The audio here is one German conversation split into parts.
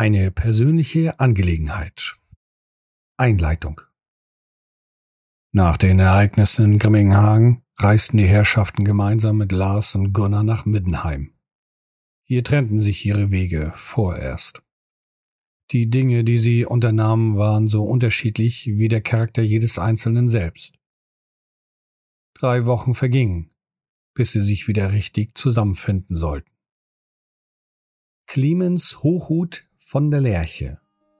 Eine persönliche Angelegenheit. Einleitung. Nach den Ereignissen in Grimminghausen reisten die Herrschaften gemeinsam mit Lars und Gunnar nach Middenheim. Hier trennten sich ihre Wege vorerst. Die Dinge, die sie unternahmen, waren so unterschiedlich wie der Charakter jedes Einzelnen selbst. 3 Wochen vergingen, bis sie sich wieder richtig zusammenfinden sollten. Clemens Hochhut von der Lerche.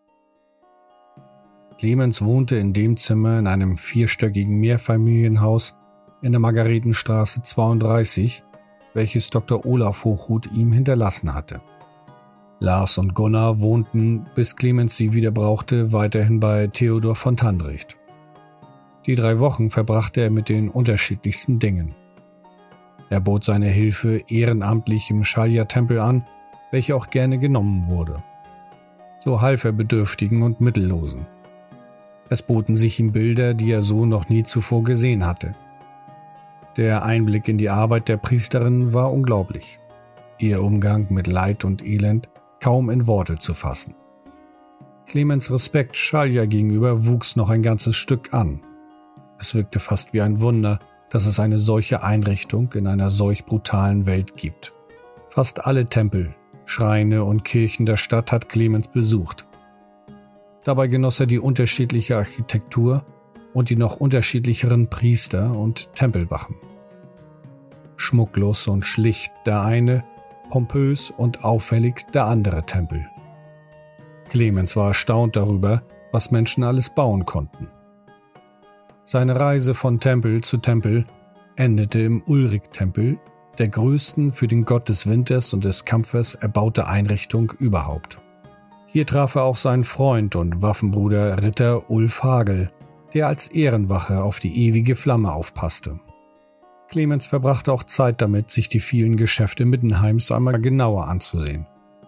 Clemens wohnte in dem Zimmer in einem 4-stöckigen Mehrfamilienhaus in der Margaretenstraße 32, welches Dr. Olaf Hochhut ihm hinterlassen hatte. Lars und Gunnar wohnten, bis Clemens sie wieder brauchte, weiterhin bei Theodor von Tandricht. Die 3 Wochen verbrachte er mit den unterschiedlichsten Dingen. Er bot seine Hilfe ehrenamtlich im Schalja-Tempel an, welche auch gerne genommen wurde. So half er Bedürftigen und Mittellosen. Es boten sich ihm Bilder, die er so noch nie zuvor gesehen hatte. Der Einblick in die Arbeit der Priesterin war unglaublich. Ihr Umgang mit Leid und Elend kaum in Worte zu fassen. Clemens Respekt Schalja gegenüber wuchs noch ein ganzes Stück an. Es wirkte fast wie ein Wunder, dass es eine solche Einrichtung in einer solch brutalen Welt gibt. Fast alle Tempel, Schreine und Kirchen der Stadt hat Clemens besucht. Dabei genoss er die unterschiedliche Architektur und die noch unterschiedlicheren Priester und Tempelwachen. Schmucklos und schlicht der eine, pompös und auffällig der andere Tempel. Clemens war erstaunt darüber, was Menschen alles bauen konnten. Seine Reise von Tempel zu Tempel endete im Ulrik-Tempel, der größten für den Gott des Winters und des Kampfes erbaute Einrichtung überhaupt. Hier traf er auch seinen Freund und Waffenbruder Ritter Ulf Hagel, der als Ehrenwache auf die ewige Flamme aufpasste. Clemens verbrachte auch Zeit damit, sich die vielen Geschäfte Middenheims einmal genauer anzusehen.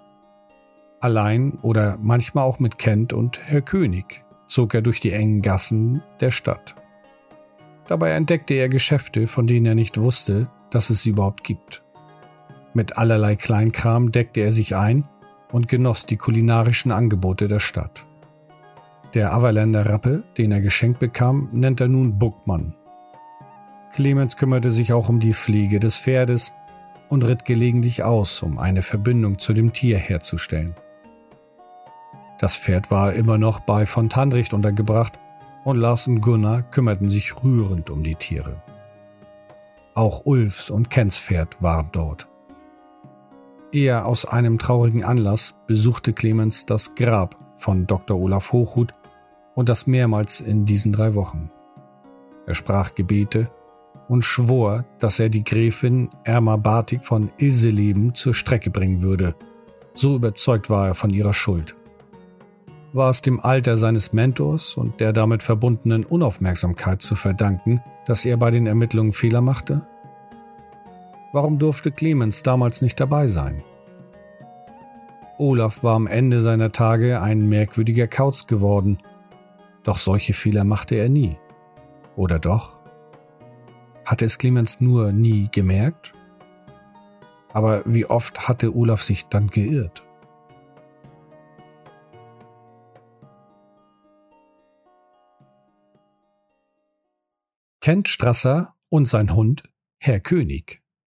Allein oder manchmal auch mit Kent und Herr König zog er durch die engen Gassen der Stadt. Dabei entdeckte er Geschäfte, von denen er nicht wusste, dass es sie überhaupt gibt. Mit allerlei Kleinkram deckte er sich ein und genoss die kulinarischen Angebote der Stadt. Der Averländer Rappe, den er geschenkt bekam, nennt er nun Buckmann. Clemens kümmerte sich auch um die Pflege des Pferdes und ritt gelegentlich aus, um eine Verbindung zu dem Tier herzustellen. Das Pferd war immer noch bei von Tandricht untergebracht und Lars und Gunnar kümmerten sich rührend um die Tiere. Auch Ulfs und Kents Pferd waren dort. Eher aus einem traurigen Anlass besuchte Clemens das Grab von Dr. Olaf Hochhut und das mehrmals in diesen 3 Wochen. Er sprach Gebete und schwor, dass er die Gräfin Erma Bartik von Ilseleben zur Strecke bringen würde. So überzeugt war er von ihrer Schuld. War es dem Alter seines Mentors und der damit verbundenen Unaufmerksamkeit zu verdanken, dass er bei den Ermittlungen Fehler machte? Warum durfte Clemens damals nicht dabei sein? Olaf war am Ende seiner Tage ein merkwürdiger Kauz geworden, doch solche Fehler machte er nie. Oder doch? Hatte es Clemens nur nie gemerkt? Aber wie oft hatte Olaf sich dann geirrt? Kent Strasser und sein Hund Herr König.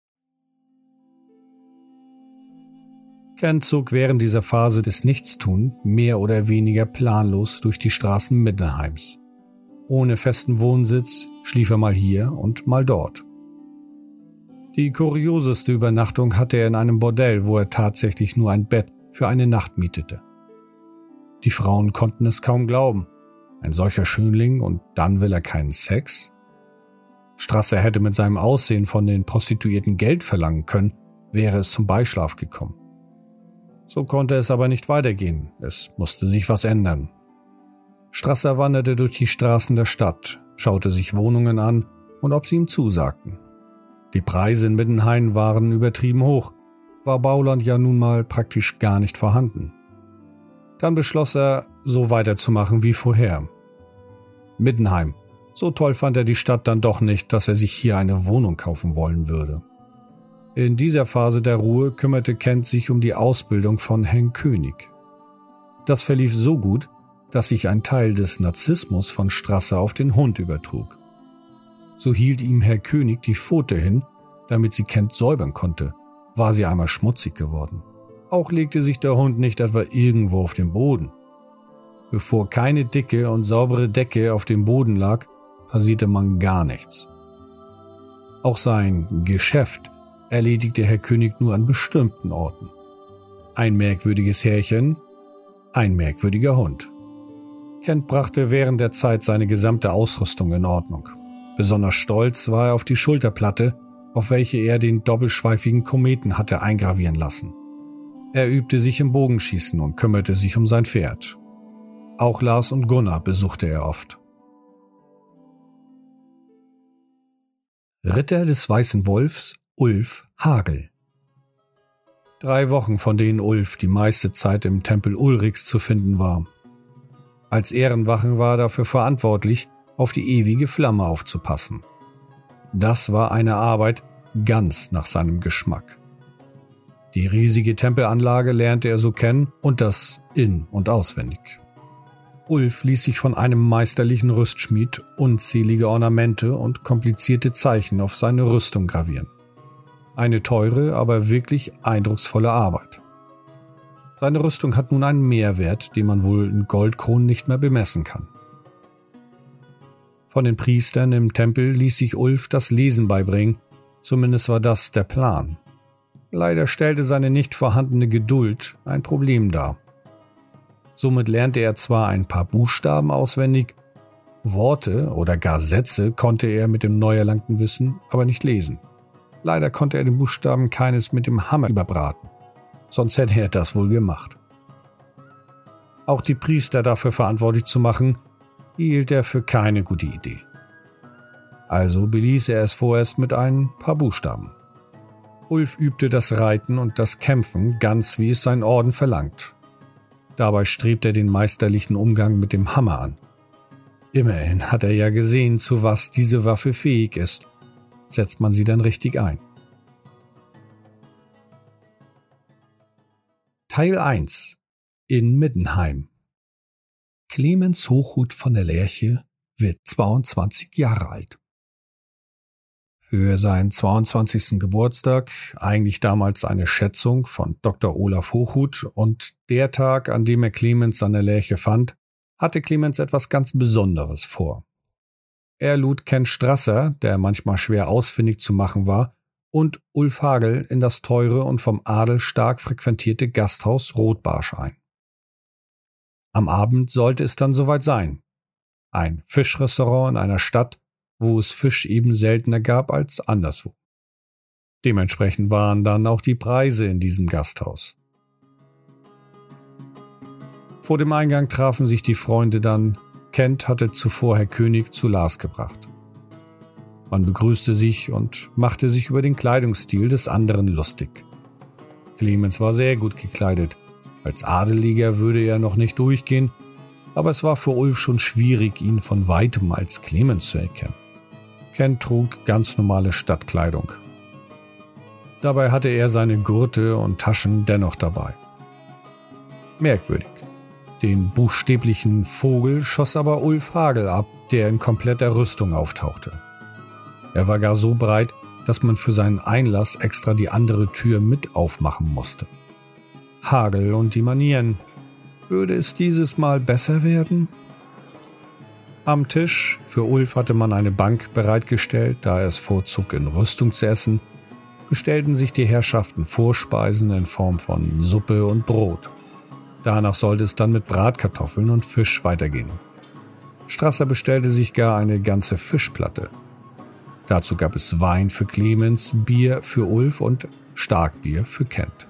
Kent zog während dieser Phase des Nichtstun mehr oder weniger planlos durch die Straßen Middenheims. Ohne festen Wohnsitz schlief er mal hier und mal dort. Die kurioseste Übernachtung hatte er in einem Bordell, wo er tatsächlich nur ein Bett für eine Nacht mietete. Die Frauen konnten es kaum glauben. Ein solcher Schönling und dann will er keinen Sex? Strasser hätte mit seinem Aussehen von den Prostituierten Geld verlangen können, wäre es zum Beischlaf gekommen. So konnte es aber nicht weitergehen. Es musste sich was ändern. Strasser wanderte durch die Straßen der Stadt, schaute sich Wohnungen an und ob sie ihm zusagten. Die Preise in Middenheim waren übertrieben hoch, war Bauland ja nun mal praktisch gar nicht vorhanden. Dann beschloss er, so weiterzumachen wie vorher. Middenheim. So toll fand er die Stadt dann doch nicht, dass er sich hier eine Wohnung kaufen wollen würde. In dieser Phase der Ruhe kümmerte Kent sich um die Ausbildung von Herrn König. Das verlief so gut, dass sich ein Teil des Narzissmus von Strasser auf den Hund übertrug. So hielt ihm Herr König die Pfote hin, damit sie Kent säubern konnte, war sie einmal schmutzig geworden. Auch legte sich der Hund nicht etwa irgendwo auf den Boden. Bevor keine dicke und saubere Decke auf dem Boden lag, passierte man gar nichts. Auch sein Geschäft erledigte Herr König nur an bestimmten Orten. Ein merkwürdiges Härchen, ein merkwürdiger Hund. Kent brachte während der Zeit seine gesamte Ausrüstung in Ordnung. Besonders stolz war er auf die Schulterplatte, auf welche er den doppelschweifigen Kometen hatte eingravieren lassen. Er übte sich im Bogenschießen und kümmerte sich um sein Pferd. Auch Lars und Gunnar besuchte er oft. Ritter des Weißen Wolfs, Ulf Hagel. 3 Wochen, von denen Ulf die meiste Zeit im Tempel Ulriks zu finden war. Als Ehrenwache war er dafür verantwortlich, auf die ewige Flamme aufzupassen. Das war eine Arbeit ganz nach seinem Geschmack. Die riesige Tempelanlage lernte er so kennen und das in- und auswendig. Ulf ließ sich von einem meisterlichen Rüstschmied unzählige Ornamente und komplizierte Zeichen auf seine Rüstung gravieren. Eine teure, aber wirklich eindrucksvolle Arbeit. Seine Rüstung hat nun einen Mehrwert, den man wohl in Goldkronen nicht mehr bemessen kann. Von den Priestern im Tempel ließ sich Ulf das Lesen beibringen, zumindest war das der Plan. Leider stellte seine nicht vorhandene Geduld ein Problem dar. Somit lernte er zwar ein paar Buchstaben auswendig, Worte oder gar Sätze konnte er mit dem neu erlangten Wissen aber nicht lesen. Leider konnte er den Buchstaben keines mit dem Hammer überbraten, sonst hätte er das wohl gemacht. Auch die Priester dafür verantwortlich zu machen, hielt er für keine gute Idee. Also beließ er es vorerst mit ein paar Buchstaben. Ulf übte das Reiten und das Kämpfen ganz wie es sein Orden verlangt. Dabei strebt er den meisterlichen Umgang mit dem Hammer an. Immerhin hat er ja gesehen, zu was diese Waffe fähig ist. Setzt man sie dann richtig ein. Teil 1 in Middenheim. Clemens Hochhuth von der Lerche wird 22 Jahre alt. Für seinen 22. Geburtstag, eigentlich damals eine Schätzung von Dr. Olaf Hochhuth und der Tag, an dem er Clemens an der Lerche fand, hatte Clemens etwas ganz Besonderes vor. Er lud Kent Strasser, der manchmal schwer ausfindig zu machen war, und Ulf Hagel in das teure und vom Adel stark frequentierte Gasthaus Rotbarsch ein. Am Abend sollte es dann soweit sein. Ein Fischrestaurant in einer Stadt, wo es Fisch eben seltener gab als anderswo. Dementsprechend waren dann auch die Preise in diesem Gasthaus. Vor dem Eingang trafen sich die Freunde dann. Kent hatte zuvor Herr König zu Lars gebracht. Man begrüßte sich und machte sich über den Kleidungsstil des anderen lustig. Clemens war sehr gut gekleidet. Als Adeliger würde er noch nicht durchgehen, aber es war für Ulf schon schwierig, ihn von weitem als Clemens zu erkennen. Kent trug ganz normale Stadtkleidung. Dabei hatte er seine Gurte und Taschen dennoch dabei. Merkwürdig. Den buchstäblichen Vogel schoss aber Ulf Hagel ab, der in kompletter Rüstung auftauchte. Er war gar so breit, dass man für seinen Einlass extra die andere Tür mit aufmachen musste. Hagel und die Manieren. Würde es dieses Mal besser werden? Am Tisch für Ulf hatte man eine Bank bereitgestellt, da er es vorzog, in Rüstung zu essen, bestellten sich die Herrschaften Vorspeisen in Form von Suppe und Brot. Danach sollte es dann mit Bratkartoffeln und Fisch weitergehen. Strasser bestellte sich gar eine ganze Fischplatte. Dazu gab es Wein für Clemens, Bier für Ulf und Starkbier für Kent.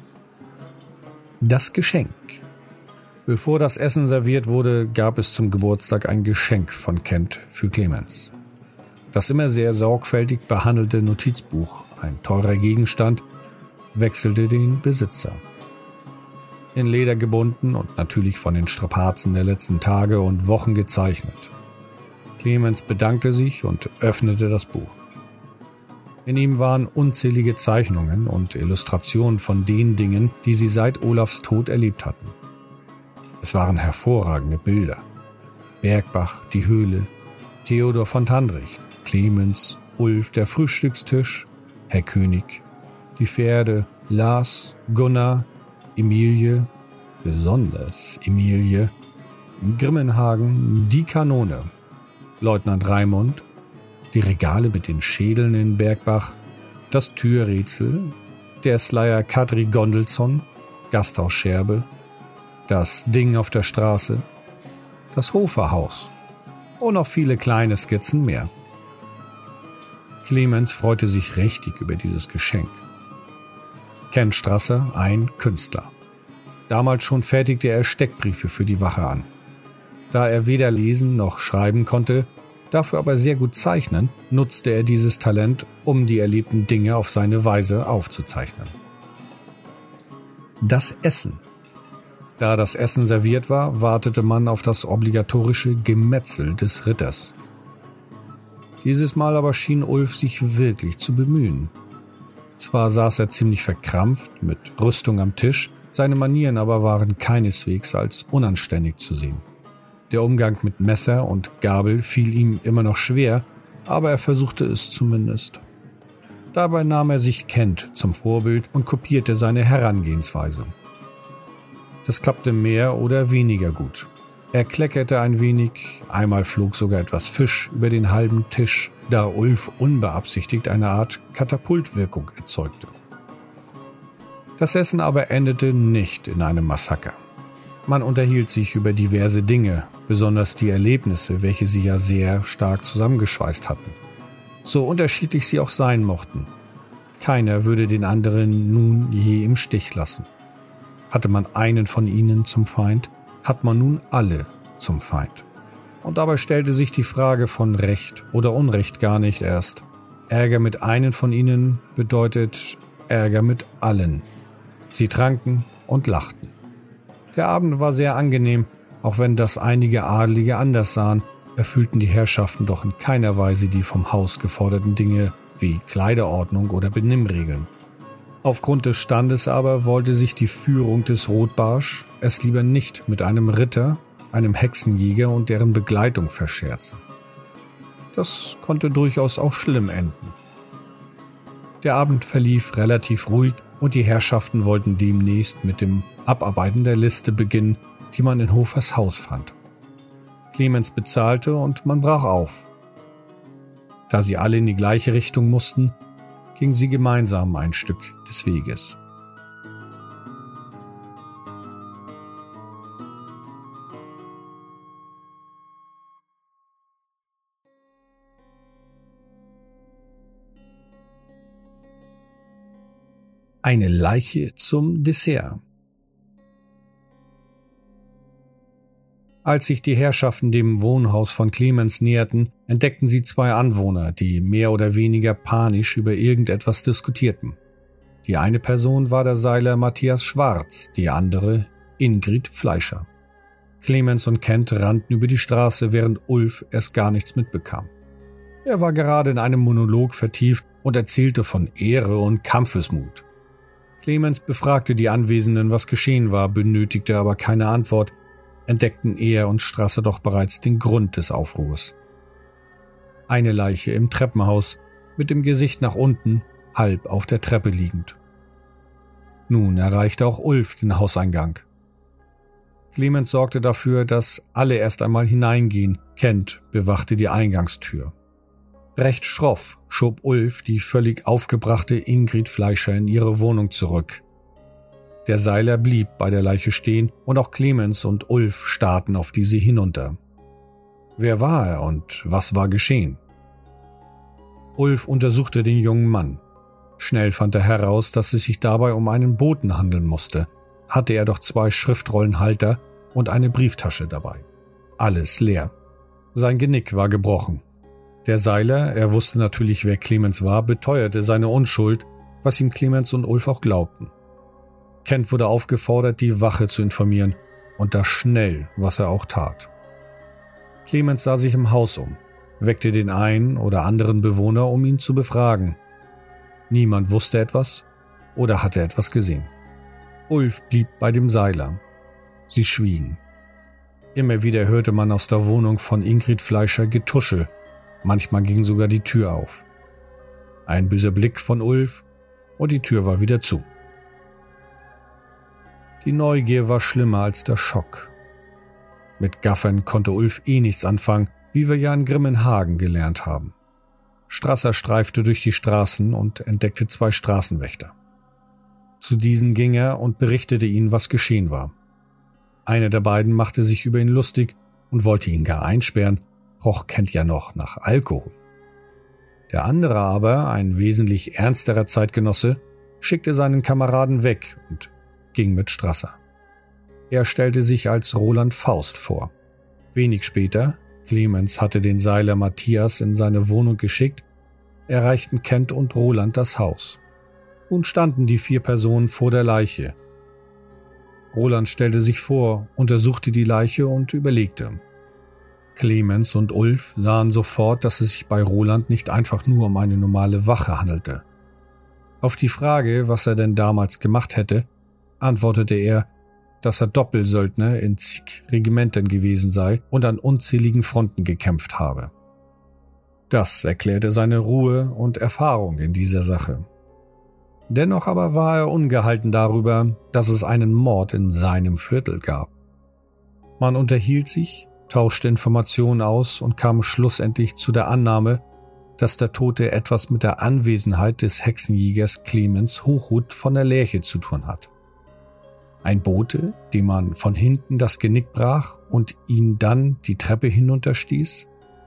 Das Geschenk. Bevor das Essen serviert wurde, gab es zum Geburtstag ein Geschenk von Kent für Clemens. Das immer sehr sorgfältig behandelte Notizbuch, ein teurer Gegenstand, wechselte den Besitzer. In Leder gebunden und natürlich von den Strapazen der letzten Tage und Wochen gezeichnet. Clemens bedankte sich und öffnete das Buch. In ihm waren unzählige Zeichnungen und Illustrationen von den Dingen, die sie seit Olafs Tod erlebt hatten. Es waren hervorragende Bilder. Bergbach, die Höhle, Theodor von Tandrecht, Clemens, Ulf, der Frühstückstisch, Herr König, die Pferde, Lars, Gunnar, Emilie, besonders Emilie, Grimmenhagen, die Kanone, Leutnant Raimund, die Regale mit den Schädeln in Bergbach, das Türrätsel, der Slayer Kadri Gondelsson, Gasthaus Scherbe, das Ding auf der Straße, das Hoferhaus und noch viele kleine Skizzen mehr. Clemens freute sich richtig über dieses Geschenk. Ken Strasser, ein Künstler. Damals schon fertigte er Steckbriefe für die Wache an. Da er weder lesen noch schreiben konnte, dafür aber sehr gut zeichnen, nutzte er dieses Talent, um die erlebten Dinge auf seine Weise aufzuzeichnen. Das Essen. Da das Essen serviert war, wartete man auf das obligatorische Gemetzel des Ritters. Dieses Mal aber schien Ulf sich wirklich zu bemühen. Zwar saß er ziemlich verkrampft, mit Rüstung am Tisch, seine Manieren aber waren keineswegs als unanständig zu sehen. Der Umgang mit Messer und Gabel fiel ihm immer noch schwer, aber er versuchte es zumindest. Dabei nahm er sich Kent zum Vorbild und kopierte seine Herangehensweise. Das klappte mehr oder weniger gut. Er kleckerte ein wenig, einmal flog sogar etwas Fisch über den halben Tisch, da Ulf unbeabsichtigt eine Art Katapultwirkung erzeugte. Das Essen aber endete nicht in einem Massaker. Man unterhielt sich über diverse Dinge, besonders die Erlebnisse, welche sie ja sehr stark zusammengeschweißt hatten. So unterschiedlich sie auch sein mochten. Keiner würde den anderen nun je im Stich lassen. Hatte man einen von ihnen zum Feind, hat man nun alle zum Feind. Und dabei stellte sich die Frage von Recht oder Unrecht gar nicht erst. Ärger mit einem von ihnen bedeutet Ärger mit allen. Sie tranken und lachten. Der Abend war sehr angenehm, auch wenn das einige Adelige anders sahen, erfüllten die Herrschaften doch in keiner Weise die vom Haus geforderten Dinge wie Kleiderordnung oder Benimmregeln. Aufgrund des Standes aber wollte sich die Führung des Rotbarsch es lieber nicht mit einem Ritter, einem Hexenjäger und deren Begleitung verscherzen. Das konnte durchaus auch schlimm enden. Der Abend verlief relativ ruhig und die Herrschaften wollten demnächst mit dem Abarbeiten der Liste beginnen, die man in Hofers Haus fand. Clemens bezahlte und man brach auf. Da sie alle in die gleiche Richtung mussten, gingen sie gemeinsam ein Stück des Weges. Eine Leiche zum Dessert. Als sich die Herrschaften dem Wohnhaus von Clemens näherten, entdeckten sie zwei Anwohner, die mehr oder weniger panisch über irgendetwas diskutierten. Die eine Person war der Seiler Matthias Schwarz, die andere Ingrid Fleischer. Clemens und Kent rannten über die Straße, während Ulf erst gar nichts mitbekam. Er war gerade in einem Monolog vertieft und erzählte von Ehre und Kampfesmut. Clemens befragte die Anwesenden, was geschehen war, benötigte aber keine Antwort, entdeckten er und Strasser doch bereits den Grund des Aufruhrs. Eine Leiche im Treppenhaus, mit dem Gesicht nach unten, halb auf der Treppe liegend. Nun erreichte auch Ulf den Hauseingang. Clemens sorgte dafür, dass alle erst einmal hineingehen, Kent bewachte die Eingangstür. Recht schroff schob Ulf die völlig aufgebrachte Ingrid Fleischer in ihre Wohnung zurück. Der Seiler blieb bei der Leiche stehen und auch Clemens und Ulf starrten auf diese hinunter. Wer war er und was war geschehen? Ulf untersuchte den jungen Mann. Schnell fand er heraus, dass es sich dabei um einen Boten handeln musste, hatte er doch 2 Schriftrollenhalter und eine Brieftasche dabei. Alles leer. Sein Genick war gebrochen. Der Seiler, er wusste natürlich, wer Clemens war, beteuerte seine Unschuld, was ihm Clemens und Ulf auch glaubten. Kent wurde aufgefordert, die Wache zu informieren, und das schnell, was er auch tat. Clemens sah sich im Haus um, weckte den einen oder anderen Bewohner, um ihn zu befragen. Niemand wusste etwas oder hatte etwas gesehen. Ulf blieb bei dem Seiler. Sie schwiegen. Immer wieder hörte man aus der Wohnung von Ingrid Fleischer Getuschel. Manchmal ging sogar die Tür auf. Ein böser Blick von Ulf und die Tür war wieder zu. Die Neugier war schlimmer als der Schock. Mit Gaffern konnte Ulf nichts anfangen, wie wir ja in Grimmenhagen gelernt haben. Strasser streifte durch die Straßen und entdeckte 2 Straßenwächter. Zu diesen ging er und berichtete ihnen, was geschehen war. Einer der beiden machte sich über ihn lustig und wollte ihn gar einsperren, roch kennt ja noch nach Alkohol. Der andere aber, ein wesentlich ernsterer Zeitgenosse, schickte seinen Kameraden weg und ging mit Strasser. Er stellte sich als Roland Faust vor. Wenig später, Clemens hatte den Seiler Matthias in seine Wohnung geschickt, erreichten Kent und Roland das Haus. Nun standen die 4 Personen vor der Leiche. Roland stellte sich vor, untersuchte die Leiche und überlegte. Clemens und Ulf sahen sofort, dass es sich bei Roland nicht einfach nur um eine normale Wache handelte. Auf die Frage, was er denn damals gemacht hätte, antwortete er, dass er Doppelsöldner in zig Regimentern gewesen sei und an unzähligen Fronten gekämpft habe. Das erklärte seine Ruhe und Erfahrung in dieser Sache. Dennoch aber war er ungehalten darüber, dass es einen Mord in seinem Viertel gab. Man unterhielt sich, tauschte Informationen aus und kam schlussendlich zu der Annahme, dass der Tote etwas mit der Anwesenheit des Hexenjägers Clemens Hochhuth von der Lerche zu tun hat. Ein Bote, dem man von hinten das Genick brach und ihn dann die Treppe hinunterstieß?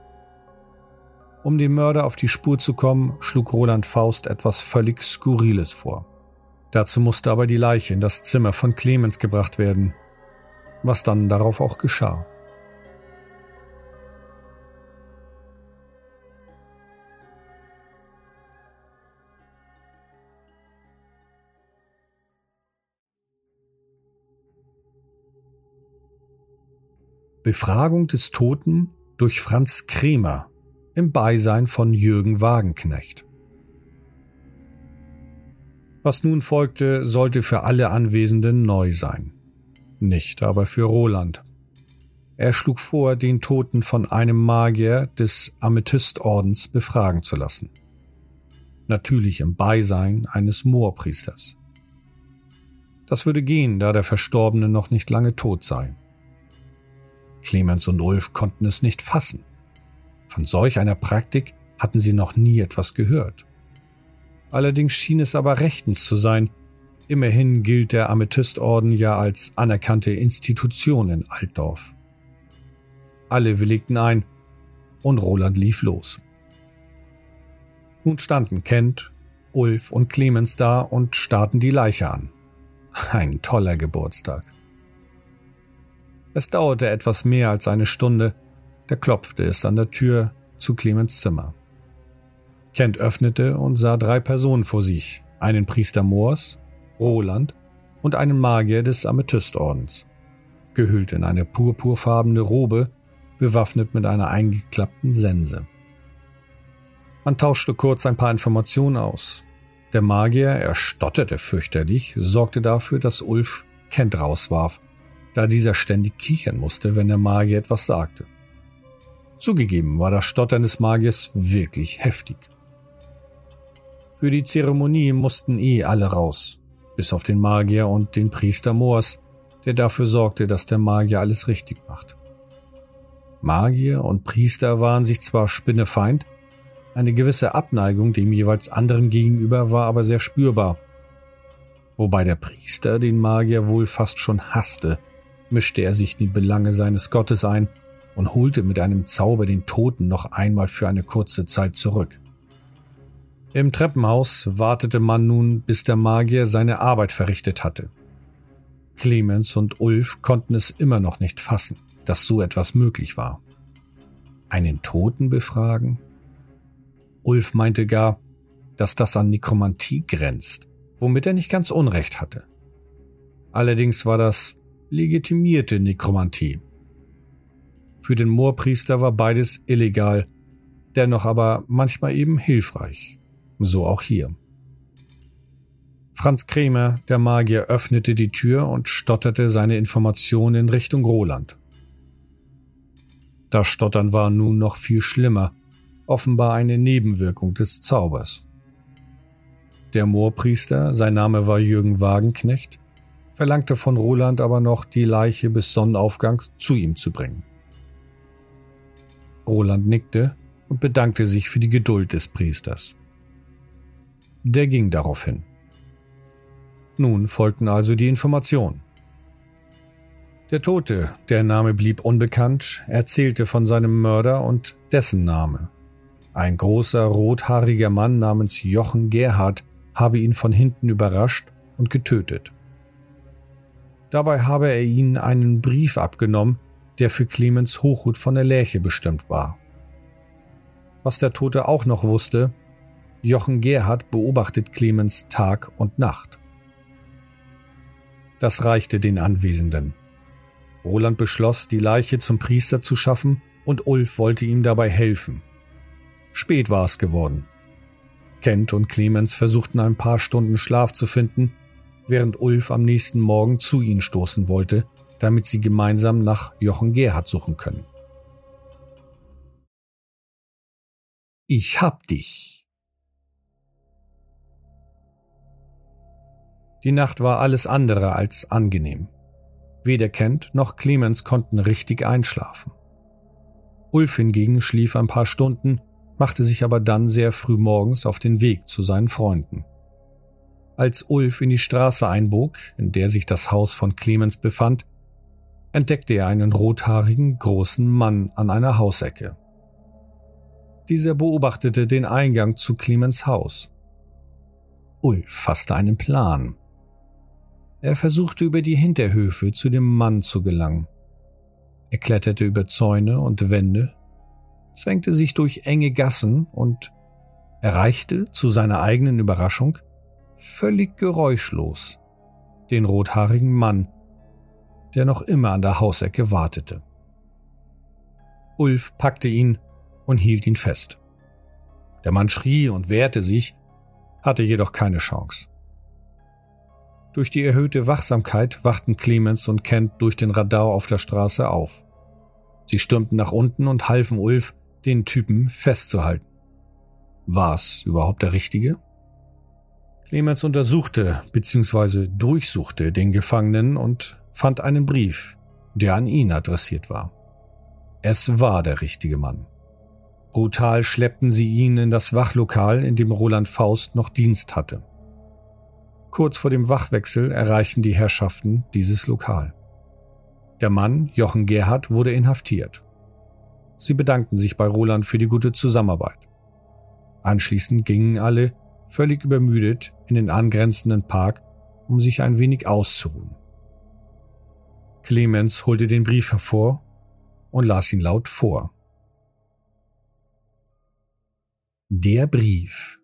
Um dem Mörder auf die Spur zu kommen, schlug Roland Faust etwas völlig Skurriles vor. Dazu musste aber die Leiche in das Zimmer von Clemens gebracht werden, was dann darauf auch geschah. Befragung des Toten durch Franz Kremer im Beisein von Jürgen Wagenknecht. Was nun folgte, sollte für alle Anwesenden neu sein. Nicht aber für Roland. Er schlug vor, den Toten von einem Magier des Amethystordens befragen zu lassen. Natürlich im Beisein eines Moorpriesters. Das würde gehen, da der Verstorbene noch nicht lange tot sei. Clemens und Ulf konnten es nicht fassen. Von solch einer Praktik hatten sie noch nie etwas gehört. Allerdings schien es aber rechtens zu sein. Immerhin gilt der Amethystorden ja als anerkannte Institution in Altdorf. Alle willigten ein und Roland lief los. Nun standen Kent, Ulf und Clemens da und starrten die Leiche an. Ein toller Geburtstag. Es dauerte etwas mehr als eine Stunde, da klopfte es an der Tür zu Clemens Zimmer. Kent öffnete und sah 3 Personen vor sich, einen Priester Moors, Roland und einen Magier des Amethystordens, gehüllt in eine purpurfarbene Robe, bewaffnet mit einer eingeklappten Sense. Man tauschte kurz ein paar Informationen aus. Der Magier, er stotterte fürchterlich, sorgte dafür, dass Ulf Kent rauswarf, da dieser ständig kichern musste, wenn der Magier etwas sagte. Zugegeben war das Stottern des Magiers wirklich heftig. Für die Zeremonie mussten alle raus, bis auf den Magier und den Priester Moors, der dafür sorgte, dass der Magier alles richtig macht. Magier und Priester waren sich zwar spinnefeind, eine gewisse Abneigung dem jeweils anderen gegenüber war aber sehr spürbar. Wobei der Priester den Magier wohl fast schon hasste, mischte er sich in die Belange seines Gottes ein und holte mit einem Zauber den Toten noch einmal für eine kurze Zeit zurück. Im Treppenhaus wartete man nun, bis der Magier seine Arbeit verrichtet hatte. Clemens und Ulf konnten es immer noch nicht fassen, dass so etwas möglich war. Einen Toten befragen? Ulf meinte gar, dass das an Nekromantie grenzt, womit er nicht ganz Unrecht hatte. Allerdings war das legitimierte Nekromantie. Für den Moorpriester war beides illegal, dennoch aber manchmal eben hilfreich. So auch hier. Franz Kremer, der Magier, öffnete die Tür und stotterte seine Informationen in Richtung Roland. Das Stottern war nun noch viel schlimmer, offenbar eine Nebenwirkung des Zaubers. Der Moorpriester, sein Name war Jürgen Wagenknecht, verlangte von Roland aber noch, die Leiche bis Sonnenaufgang zu ihm zu bringen. Roland nickte und bedankte sich für die Geduld des Priesters. Der ging daraufhin. Nun folgten also die Informationen. Der Tote, der Name blieb unbekannt, erzählte von seinem Mörder und dessen Name. Ein großer, rothaariger Mann namens Jochen Gerhard habe ihn von hinten überrascht und getötet. Dabei habe er ihnen einen Brief abgenommen, der für Clemens Hochhuth von der Lerche bestimmt war. Was der Tote auch noch wusste: Jochen Gerhard beobachtet Clemens Tag und Nacht. Das reichte den Anwesenden. Roland beschloss, die Leiche zum Priester zu schaffen, und Ulf wollte ihm dabei helfen. Spät war es geworden. Kent und Clemens versuchten ein paar Stunden Schlaf zu finden, während Ulf am nächsten Morgen zu ihnen stoßen wollte, damit sie gemeinsam nach Jochen Gerhard suchen können. Ich hab dich. Die Nacht war alles andere als angenehm. Weder Kent noch Clemens konnten richtig einschlafen. Ulf hingegen schlief ein paar Stunden, machte sich aber dann sehr früh morgens auf den Weg zu seinen Freunden. Als Ulf in die Straße einbog, in der sich das Haus von Clemens befand, entdeckte er einen rothaarigen, großen Mann an einer Hausecke. Dieser beobachtete den Eingang zu Clemens Haus. Ulf fasste einen Plan. Er versuchte über die Hinterhöfe zu dem Mann zu gelangen. Er kletterte über Zäune und Wände, zwängte sich durch enge Gassen und erreichte, zu seiner eigenen Überraschung, völlig geräuschlos den rothaarigen Mann, der noch immer an der Hausecke wartete. Ulf packte ihn und hielt ihn fest. Der Mann schrie und wehrte sich, hatte jedoch keine Chance. Durch die erhöhte Wachsamkeit wachten Clemens und Kent durch den Radau auf der Straße auf. Sie stürmten nach unten und halfen Ulf, den Typen festzuhalten. War es überhaupt der Richtige? Clemens untersuchte bzw. durchsuchte den Gefangenen und fand einen Brief, der an ihn adressiert war. Es war der richtige Mann. Brutal schleppten sie ihn in das Wachlokal, in dem Roland Faust noch Dienst hatte. Kurz vor dem Wachwechsel erreichten die Herrschaften dieses Lokal. Der Mann, Jochen Gerhard, wurde inhaftiert. Sie bedankten sich bei Roland für die gute Zusammenarbeit. Anschließend gingen alle, völlig übermüdet, in den angrenzenden Park, um sich ein wenig auszuruhen. Clemens holte den Brief hervor und las ihn laut vor. Der Brief.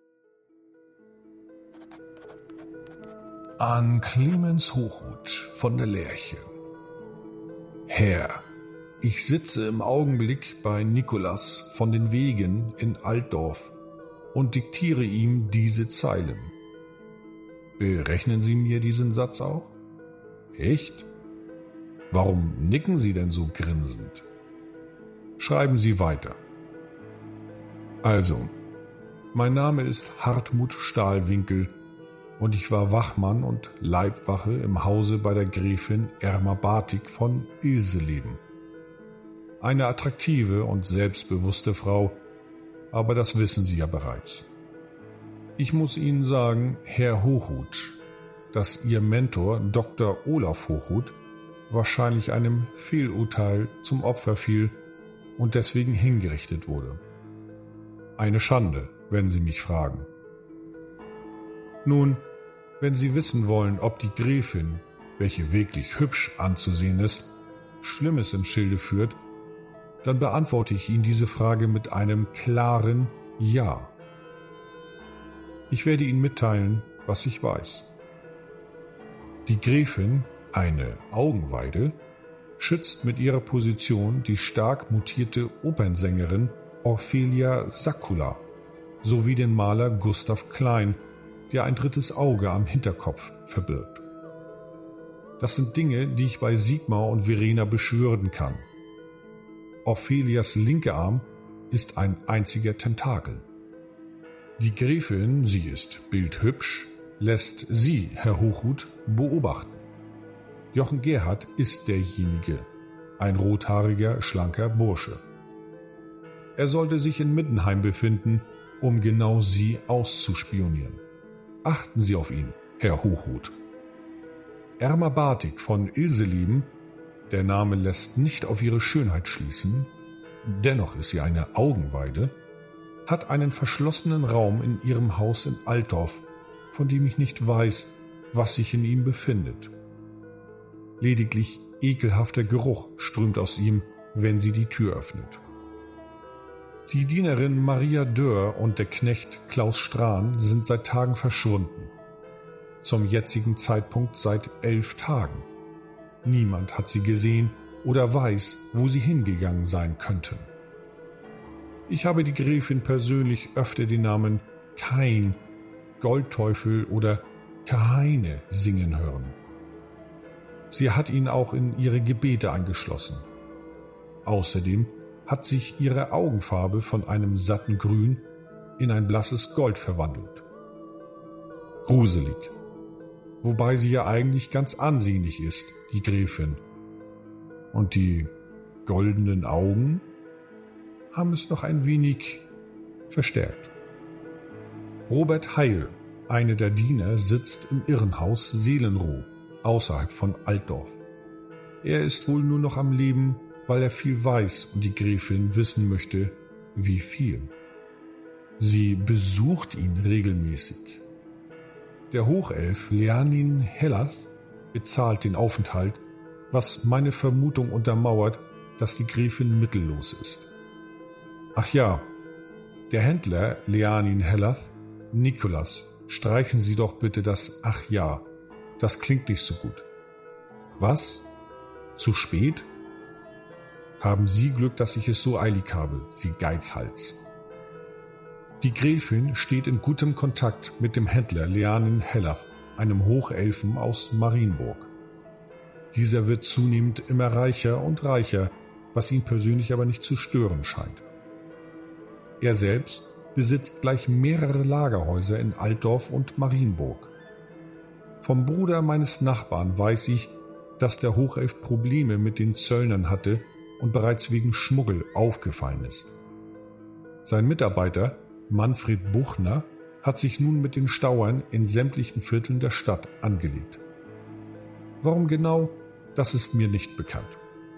An Clemens Hochhuth von der Lerche. Herr, ich sitze im Augenblick bei Nikolas von den Wegen in Altdorf und diktiere ihm diese Zeilen. Berechnen Sie mir diesen Satz auch? Echt? Warum nicken Sie denn so grinsend? Schreiben Sie weiter. Also, mein Name ist Hartmut Stahlwinkel und ich war Wachmann und Leibwache im Hause bei der Gräfin Erma Bartik von Ilseleben. Eine attraktive und selbstbewusste Frau, aber das wissen Sie ja bereits. Ich muss Ihnen sagen, Herr Hochhuth, dass Ihr Mentor Dr. Olaf Hochhuth wahrscheinlich einem Fehlurteil zum Opfer fiel und deswegen hingerichtet wurde. Eine Schande, wenn Sie mich fragen. Nun, wenn Sie wissen wollen, ob die Gräfin, welche wirklich hübsch anzusehen ist, Schlimmes im Schilde führt, dann beantworte ich Ihnen diese Frage mit einem klaren Ja. Ich werde Ihnen mitteilen, was ich weiß. Die Gräfin, eine Augenweide, schützt mit ihrer Position die stark mutierte Opernsängerin Ophelia Sakula sowie den Maler Gustav Klein, der ein drittes Auge am Hinterkopf verbirgt. Das sind Dinge, die ich bei Sigmar und Verena beschwören kann. Ophelias linker Arm ist ein einziger Tentakel. Die Gräfin, sie ist bildhübsch, lässt sie, Herr Hochhuth, beobachten. Jochen Gerhard ist derjenige, ein rothaariger, schlanker Bursche. Er sollte sich in Mittenheim befinden, um genau sie auszuspionieren. Achten Sie auf ihn, Herr Hochhuth. Erma Bartik von Ilseleben, der Name lässt nicht auf ihre Schönheit schließen, dennoch ist sie eine Augenweide, hat einen verschlossenen Raum in ihrem Haus in Altdorf, von dem ich nicht weiß, was sich in ihm befindet. Lediglich ekelhafter Geruch strömt aus ihm, wenn sie die Tür öffnet. Die Dienerin Maria Dörr und der Knecht Klaus Strahn sind seit Tagen verschwunden. Zum jetzigen Zeitpunkt seit 11 Tagen. Niemand hat sie gesehen oder weiß, wo sie hingegangen sein könnten. Ich habe die Gräfin persönlich öfter den Namen Kain, Goldteufel oder Kahine singen hören. Sie hat ihn auch in ihre Gebete eingeschlossen. Außerdem hat sich ihre Augenfarbe von einem satten Grün in ein blasses Gold verwandelt. Gruselig. Wobei sie ja eigentlich ganz ansehnlich ist, die Gräfin. Und die goldenen Augen haben es noch ein wenig verstärkt. Robert Heil, einer der Diener, sitzt im Irrenhaus Seelenruh, außerhalb von Altdorf. Er ist wohl nur noch am Leben, weil er viel weiß und die Gräfin wissen möchte, wie viel. Sie besucht ihn regelmäßig. Der Hochelf Leanin Hellas bezahlt den Aufenthalt, was meine Vermutung untermauert, dass die Gräfin mittellos ist. Ach ja, der Händler Leanin Hellas, Nikolas, streichen Sie doch bitte das Ach ja, das klingt nicht so gut. Was? Zu spät? Haben Sie Glück, dass ich es so eilig habe, Sie Geizhals. Die Gräfin steht in gutem Kontakt mit dem Händler Leanin Hellas, einem Hochelfen aus Marienburg. Dieser wird zunehmend immer reicher und reicher, was ihn persönlich aber nicht zu stören scheint. Er selbst besitzt gleich mehrere Lagerhäuser in Altdorf und Marienburg. Vom Bruder meines Nachbarn weiß ich, dass der Hochelf Probleme mit den Zöllnern hatte und bereits wegen Schmuggel aufgefallen ist. Sein Mitarbeiter Manfred Buchner hat sich nun mit den Stauern in sämtlichen Vierteln der Stadt angelegt. Warum genau, das ist mir nicht bekannt.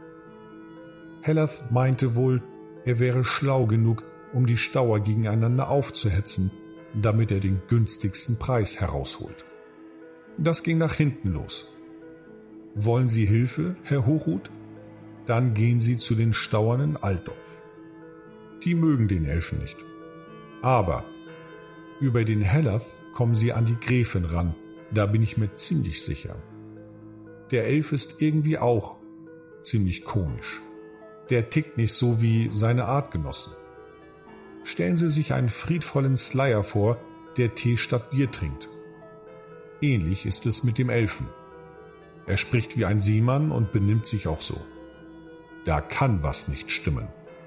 Hellas meinte wohl, er wäre schlau genug, um die Stauer gegeneinander aufzuhetzen, damit er den günstigsten Preis herausholt. Das ging nach hinten los. Wollen Sie Hilfe, Herr Hochhuth? Dann gehen Sie zu den Stauern in Altdorf. Die mögen den Elfen nicht. Aber über den Hellas kommen Sie an die Gräfin ran, da bin ich mir ziemlich sicher. Der Elf ist irgendwie auch ziemlich komisch. Der tickt nicht so wie seine Artgenossen. Stellen Sie sich einen friedvollen Slayer vor, der Tee statt Bier trinkt. Ähnlich ist es mit dem Elfen. Er spricht wie ein Seemann und benimmt sich auch so. Da kann was nicht stimmen.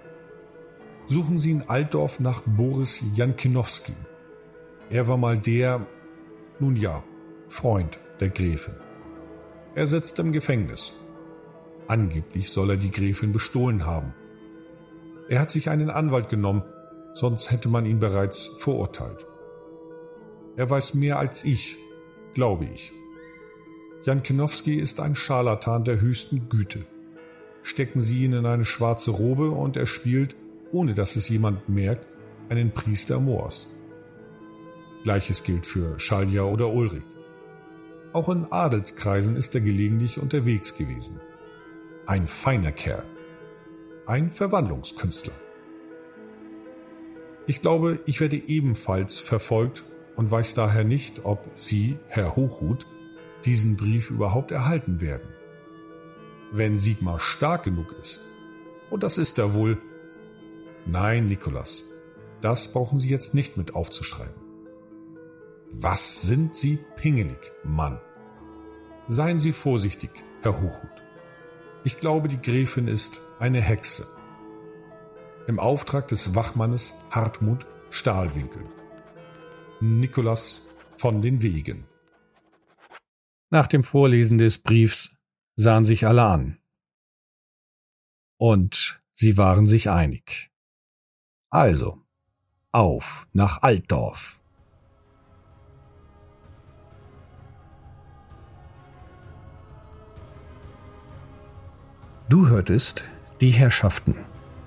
Suchen Sie in Altdorf nach Boris Jankinowski. Er war mal der, nun ja, Freund der Gräfin. Er sitzt im Gefängnis. Angeblich soll er die Gräfin bestohlen haben. Er hat sich einen Anwalt genommen, sonst hätte man ihn bereits verurteilt. Er weiß mehr als ich, glaube ich. Jankinowski ist ein Scharlatan der höchsten Güte. Stecken Sie ihn in eine schwarze Robe und er spielt, ohne dass es jemand merkt, einen Priester Moors. Gleiches gilt für Schalja oder Ulrich. Auch in Adelskreisen ist er gelegentlich unterwegs gewesen. Ein feiner Kerl. Ein Verwandlungskünstler. Ich glaube, ich werde ebenfalls verfolgt und weiß daher nicht, ob Sie, Herr Hochhuth, diesen Brief überhaupt erhalten werden. Wenn Sigmar stark genug ist, und das ist er wohl. Nein, Nikolas, das brauchen Sie jetzt nicht mit aufzuschreiben. Was sind Sie pingelig, Mann? Seien Sie vorsichtig, Herr Hochhuth. Ich glaube, die Gräfin ist eine Hexe. im Auftrag des Wachmannes Hartmut Stahlwinkel. Nikolaus von den Wegen. Nach dem Vorlesen des Briefs sahen sich alle an. Und sie waren sich einig. Also, auf nach Altdorf. Du hörtest Die Herrschaften.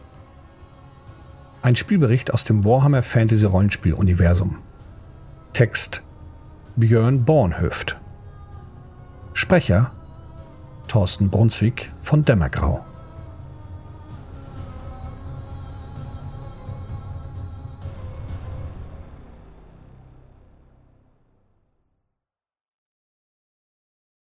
Ein Spielbericht aus dem Warhammer Fantasy Rollenspiel Universum. Text Björn Bornhöft. Sprecher Thorsten Brunswick von Dämmergrau.